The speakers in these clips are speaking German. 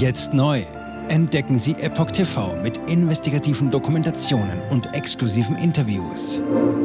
Jetzt neu. Entdecken Sie Epoch TV mit investigativen Dokumentationen und exklusiven Interviews.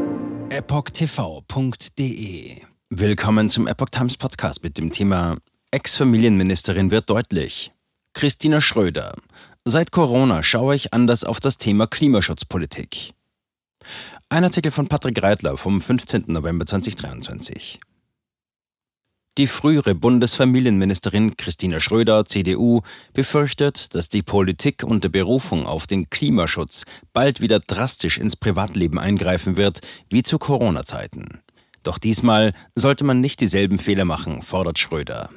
EpochTV.de. Willkommen zum Epoch Times Podcast mit dem Thema Ex-Familienministerin wird deutlich. Christina Schröder. Seit Corona schaue ich anders auf das Thema Klimaschutzpolitik. Ein Artikel von Patrick Reitler vom 15. November 2023. Die frühere Bundesfamilienministerin Christina Schröder, CDU, befürchtet, dass die Politik unter Berufung auf den Klimaschutz bald wieder drastisch ins Privatleben eingreifen wird, wie zu Corona-Zeiten. Doch diesmal sollte man nicht dieselben Fehler machen, fordert Schröder.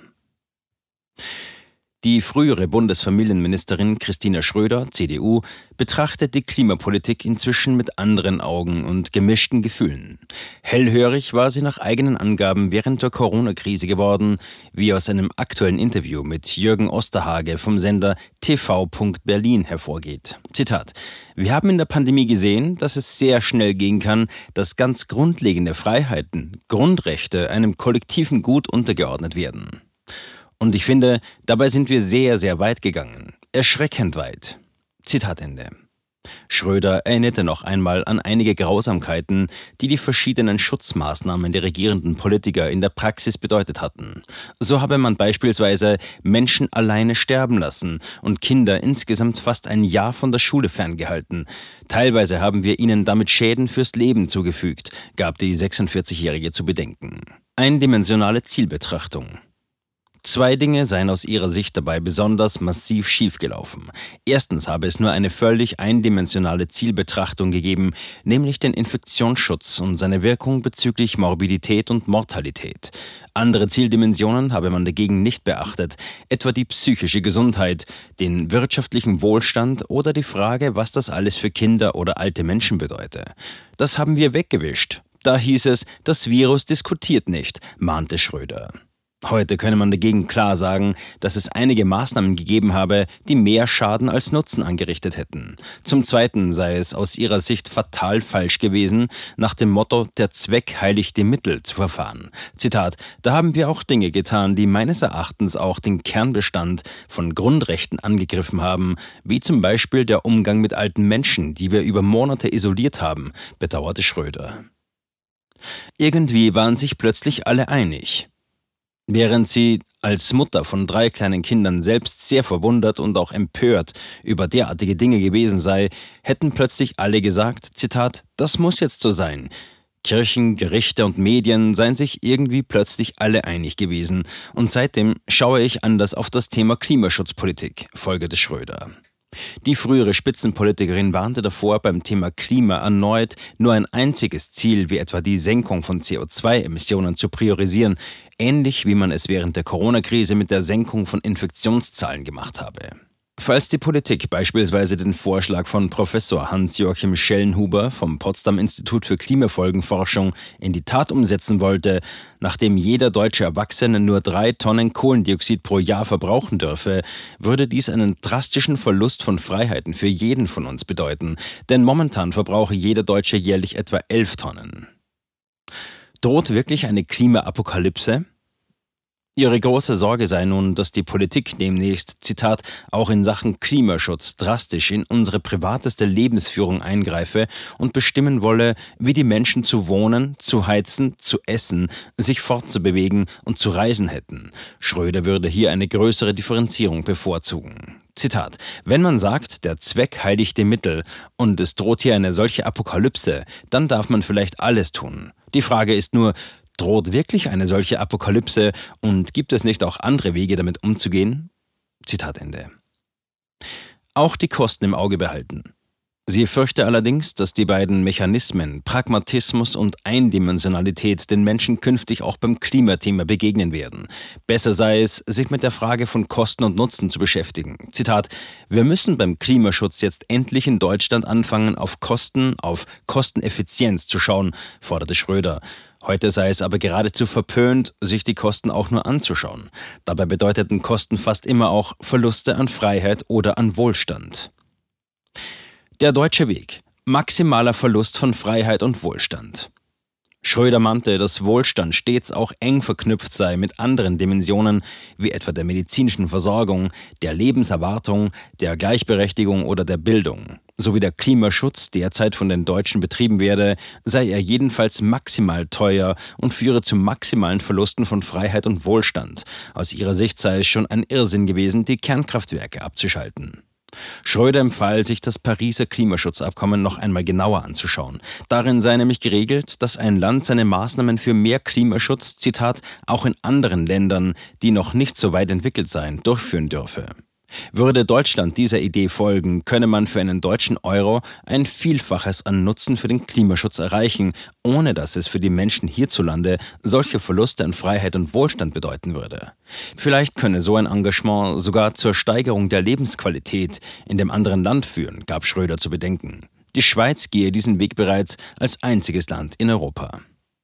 Die frühere Bundesfamilienministerin Christina Schröder, CDU, betrachtet die Klimapolitik inzwischen mit anderen Augen und gemischten Gefühlen. Hellhörig war sie nach eigenen Angaben während der Corona-Krise geworden, wie aus einem aktuellen Interview mit Jürgen Osterhage vom Sender TV.Berlin hervorgeht. Zitat: Wir haben in der Pandemie gesehen, dass es sehr schnell gehen kann, dass ganz grundlegende Freiheiten, Grundrechte einem kollektiven Gut untergeordnet werden. Und ich finde, dabei sind wir sehr, sehr weit gegangen. Erschreckend weit. Zitat Ende. Schröder erinnerte noch einmal an einige Grausamkeiten, die die verschiedenen Schutzmaßnahmen der regierenden Politiker in der Praxis bedeutet hatten. So habe man beispielsweise Menschen alleine sterben lassen und Kinder insgesamt fast ein Jahr von der Schule ferngehalten. Teilweise haben wir ihnen damit Schäden fürs Leben zugefügt, gab die 46-Jährige zu bedenken. Eindimensionale Zielbetrachtung. Zwei Dinge seien aus ihrer Sicht dabei besonders massiv schiefgelaufen. Erstens habe es nur eine völlig eindimensionale Zielbetrachtung gegeben, nämlich den Infektionsschutz und seine Wirkung bezüglich Morbidität und Mortalität. Andere Zieldimensionen habe man dagegen nicht beachtet, etwa die psychische Gesundheit, den wirtschaftlichen Wohlstand oder die Frage, was das alles für Kinder oder alte Menschen bedeute. Das haben wir weggewischt. Da hieß es, das Virus diskutiert nicht, mahnte Schröder. Heute könne man dagegen klar sagen, dass es einige Maßnahmen gegeben habe, die mehr Schaden als Nutzen angerichtet hätten. Zum Zweiten sei es aus ihrer Sicht fatal falsch gewesen, nach dem Motto „Der Zweck heiligt die Mittel“ zu verfahren. Zitat: Da haben wir auch Dinge getan, die meines Erachtens auch den Kernbestand von Grundrechten angegriffen haben, wie zum Beispiel der Umgang mit alten Menschen, die wir über Monate isoliert haben, bedauerte Schröder. Irgendwie waren sich plötzlich alle einig. Während sie als Mutter von 3 kleinen Kindern selbst sehr verwundert und auch empört über derartige Dinge gewesen sei, hätten plötzlich alle gesagt, Zitat, das muss jetzt so sein. Kirchen, Gerichte und Medien seien sich irgendwie plötzlich alle einig gewesen und seitdem schaue ich anders auf das Thema Klimaschutzpolitik, folgerte Schröder. Die frühere Spitzenpolitikerin warnte davor, beim Thema Klima erneut nur ein einziges Ziel wie etwa die Senkung von CO2-Emissionen zu priorisieren, ähnlich wie man es während der Corona-Krise mit der Senkung von Infektionszahlen gemacht habe. Falls die Politik beispielsweise den Vorschlag von Professor Hans-Joachim Schellenhuber vom Potsdam-Institut für Klimafolgenforschung in die Tat umsetzen wollte, nachdem jeder deutsche Erwachsene nur 3 Tonnen Kohlendioxid pro Jahr verbrauchen dürfe, würde dies einen drastischen Verlust von Freiheiten für jeden von uns bedeuten, denn momentan verbrauche jeder Deutsche jährlich etwa 11 Tonnen. Droht wirklich eine Klimaapokalypse? Ihre große Sorge sei nun, dass die Politik demnächst, Zitat, auch in Sachen Klimaschutz drastisch in unsere privateste Lebensführung eingreife und bestimmen wolle, wie die Menschen zu wohnen, zu heizen, zu essen, sich fortzubewegen und zu reisen hätten. Schröder würde hier eine größere Differenzierung bevorzugen. Zitat: Wenn man sagt, der Zweck heiligt die Mittel und es droht hier eine solche Apokalypse, dann darf man vielleicht alles tun. Die Frage ist nur, droht wirklich eine solche Apokalypse und gibt es nicht auch andere Wege, damit umzugehen? Zitat Ende. Auch die Kosten im Auge behalten. Sie fürchte allerdings, dass die beiden Mechanismen Pragmatismus und Eindimensionalität den Menschen künftig auch beim Klimathema begegnen werden. Besser sei es, sich mit der Frage von Kosten und Nutzen zu beschäftigen. Zitat: Wir müssen beim Klimaschutz jetzt endlich in Deutschland anfangen, auf Kosten, auf Kosteneffizienz zu schauen, forderte Schröder. Heute sei es aber geradezu verpönt, sich die Kosten auch nur anzuschauen. Dabei bedeuteten Kosten fast immer auch Verluste an Freiheit oder an Wohlstand. Der deutsche Weg. Maximaler Verlust von Freiheit und Wohlstand. Schröder meinte, dass Wohlstand stets auch eng verknüpft sei mit anderen Dimensionen, wie etwa der medizinischen Versorgung, der Lebenserwartung, der Gleichberechtigung oder der Bildung. So wie der Klimaschutz derzeit von den Deutschen betrieben werde, sei er jedenfalls maximal teuer und führe zu maximalen Verlusten von Freiheit und Wohlstand. Aus ihrer Sicht sei es schon ein Irrsinn gewesen, die Kernkraftwerke abzuschalten. Schröder empfahl, sich das Pariser Klimaschutzabkommen noch einmal genauer anzuschauen. Darin sei nämlich geregelt, dass ein Land seine Maßnahmen für mehr Klimaschutz, Zitat, auch in anderen Ländern, die noch nicht so weit entwickelt seien, durchführen dürfe. Würde Deutschland dieser Idee folgen, könne man für einen deutschen Euro ein Vielfaches an Nutzen für den Klimaschutz erreichen, ohne dass es für die Menschen hierzulande solche Verluste an Freiheit und Wohlstand bedeuten würde. Vielleicht könne so ein Engagement sogar zur Steigerung der Lebensqualität in dem anderen Land führen, gab Schröder zu bedenken. Die Schweiz gehe diesen Weg bereits als einziges Land in Europa.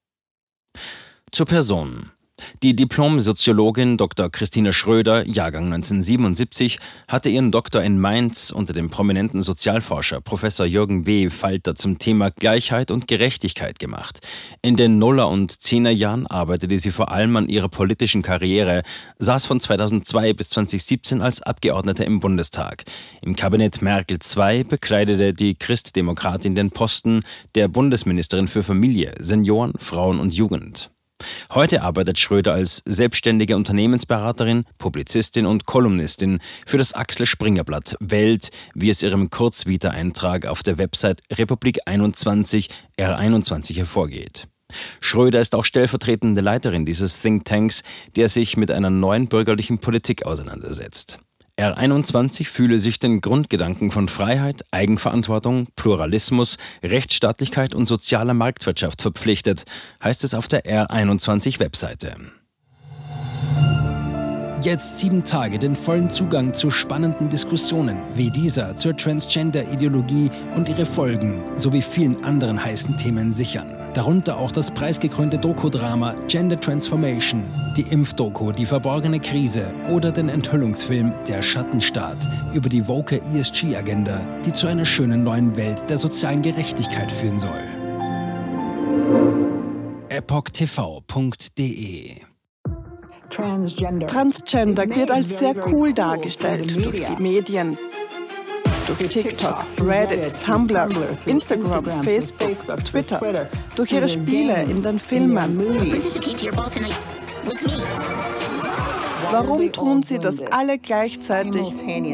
Zur Person. Die Diplom-Soziologin Dr. Christina Schröder, Jahrgang 1977, hatte ihren Doktor in Mainz unter dem prominenten Sozialforscher Professor Jürgen W. Falter zum Thema Gleichheit und Gerechtigkeit gemacht. In den Nuller- und Zehnerjahren arbeitete sie vor allem an ihrer politischen Karriere, saß von 2002 bis 2017 als Abgeordnete im Bundestag. Im Kabinett Merkel II bekleidete die Christdemokratin den Posten der Bundesministerin für Familie, Senioren, Frauen und Jugend. Heute arbeitet Schröder als selbstständige Unternehmensberaterin, Publizistin und Kolumnistin für das Axel Springer Blatt Welt, wie es ihrem Kurzvita-Eintrag auf der Website Republik 21 R21 hervorgeht. Schröder ist auch stellvertretende Leiterin dieses Thinktanks, der sich mit einer neuen bürgerlichen Politik auseinandersetzt. R21 fühle sich den Grundgedanken von Freiheit, Eigenverantwortung, Pluralismus, Rechtsstaatlichkeit und sozialer Marktwirtschaft verpflichtet, heißt es auf der R21-Webseite. Jetzt 7 Tage den vollen Zugang zu spannenden Diskussionen wie dieser zur Transgender-Ideologie und ihre Folgen sowie vielen anderen heißen Themen sichern. Darunter auch das preisgekrönte Doku-Drama Gender Transformation, die Impfdoku Die verborgene Krise oder den Enthüllungsfilm Der Schattenstaat über die woke ESG-Agenda, die zu einer schönen neuen Welt der sozialen Gerechtigkeit führen soll. epochtv.de Transgender wird als sehr cool dargestellt durch die Medien, durch TikTok, Reddit, Tumblr, Instagram, Facebook, Twitter, durch ihre Spiele in den Filmen. Warum tun sie das alle gleichzeitig?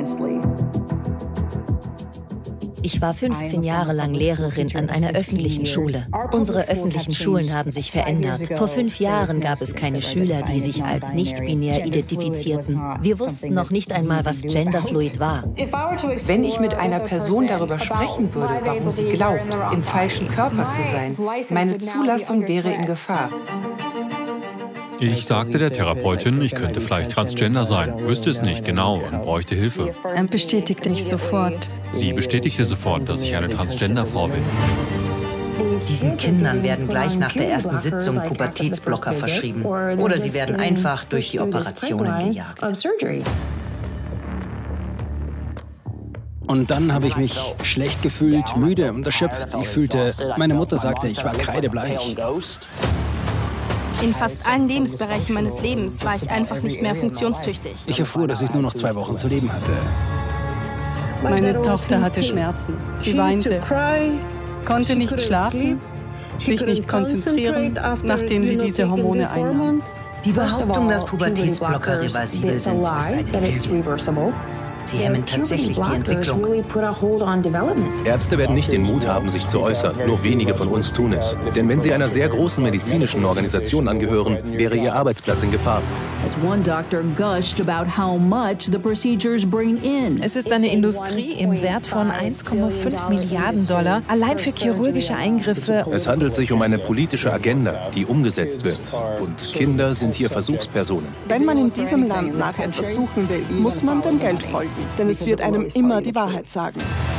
Ich war 15 Jahre lang Lehrerin an einer öffentlichen Schule. Unsere öffentlichen Schulen haben sich verändert. Vor 5 Jahren gab es keine Schüler, die sich als nicht-binär identifizierten. Wir wussten noch nicht einmal, was Genderfluid war. Wenn ich mit einer Person darüber sprechen würde, warum sie glaubt, im falschen Körper zu sein, meine Zulassung wäre in Gefahr. Ich sagte der Therapeutin, ich könnte vielleicht Transgender sein, wüsste es nicht genau und bräuchte Hilfe. Bestätigte ich sofort. Sie bestätigte sofort, dass ich eine Transgender-Frau bin. Diesen Kindern werden gleich nach der ersten Sitzung Pubertätsblocker verschrieben oder sie werden einfach durch die Operationen gejagt. Und dann habe ich mich schlecht gefühlt, müde und erschöpft. Ich fühlte, meine Mutter sagte, ich war kreidebleich. In fast allen Lebensbereichen meines Lebens war ich einfach nicht mehr funktionstüchtig. Ich erfuhr, dass ich nur noch 2 Wochen zu leben hatte. Meine Tochter hatte Schmerzen. Sie weinte, konnte nicht schlafen, sich nicht konzentrieren, nachdem sie diese Hormone einnahm. Die Behauptung, dass Pubertätsblocker reversibel sind, ist eine Illusion. Sie hemmen tatsächlich die Entwicklung. Ärzte werden nicht den Mut haben, sich zu äußern. Nur wenige von uns tun es. Denn wenn sie einer sehr großen medizinischen Organisation angehören, wäre ihr Arbeitsplatz in Gefahr. Es ist eine Industrie im Wert von 1,5 Milliarden $, allein für chirurgische Eingriffe. Es handelt sich um eine politische Agenda, die umgesetzt wird. Und Kinder sind hier Versuchspersonen. Wenn man in diesem Land nach etwas suchen will, muss man dem Geld folgen. Denn es wird einem immer die Wahrheit sagen.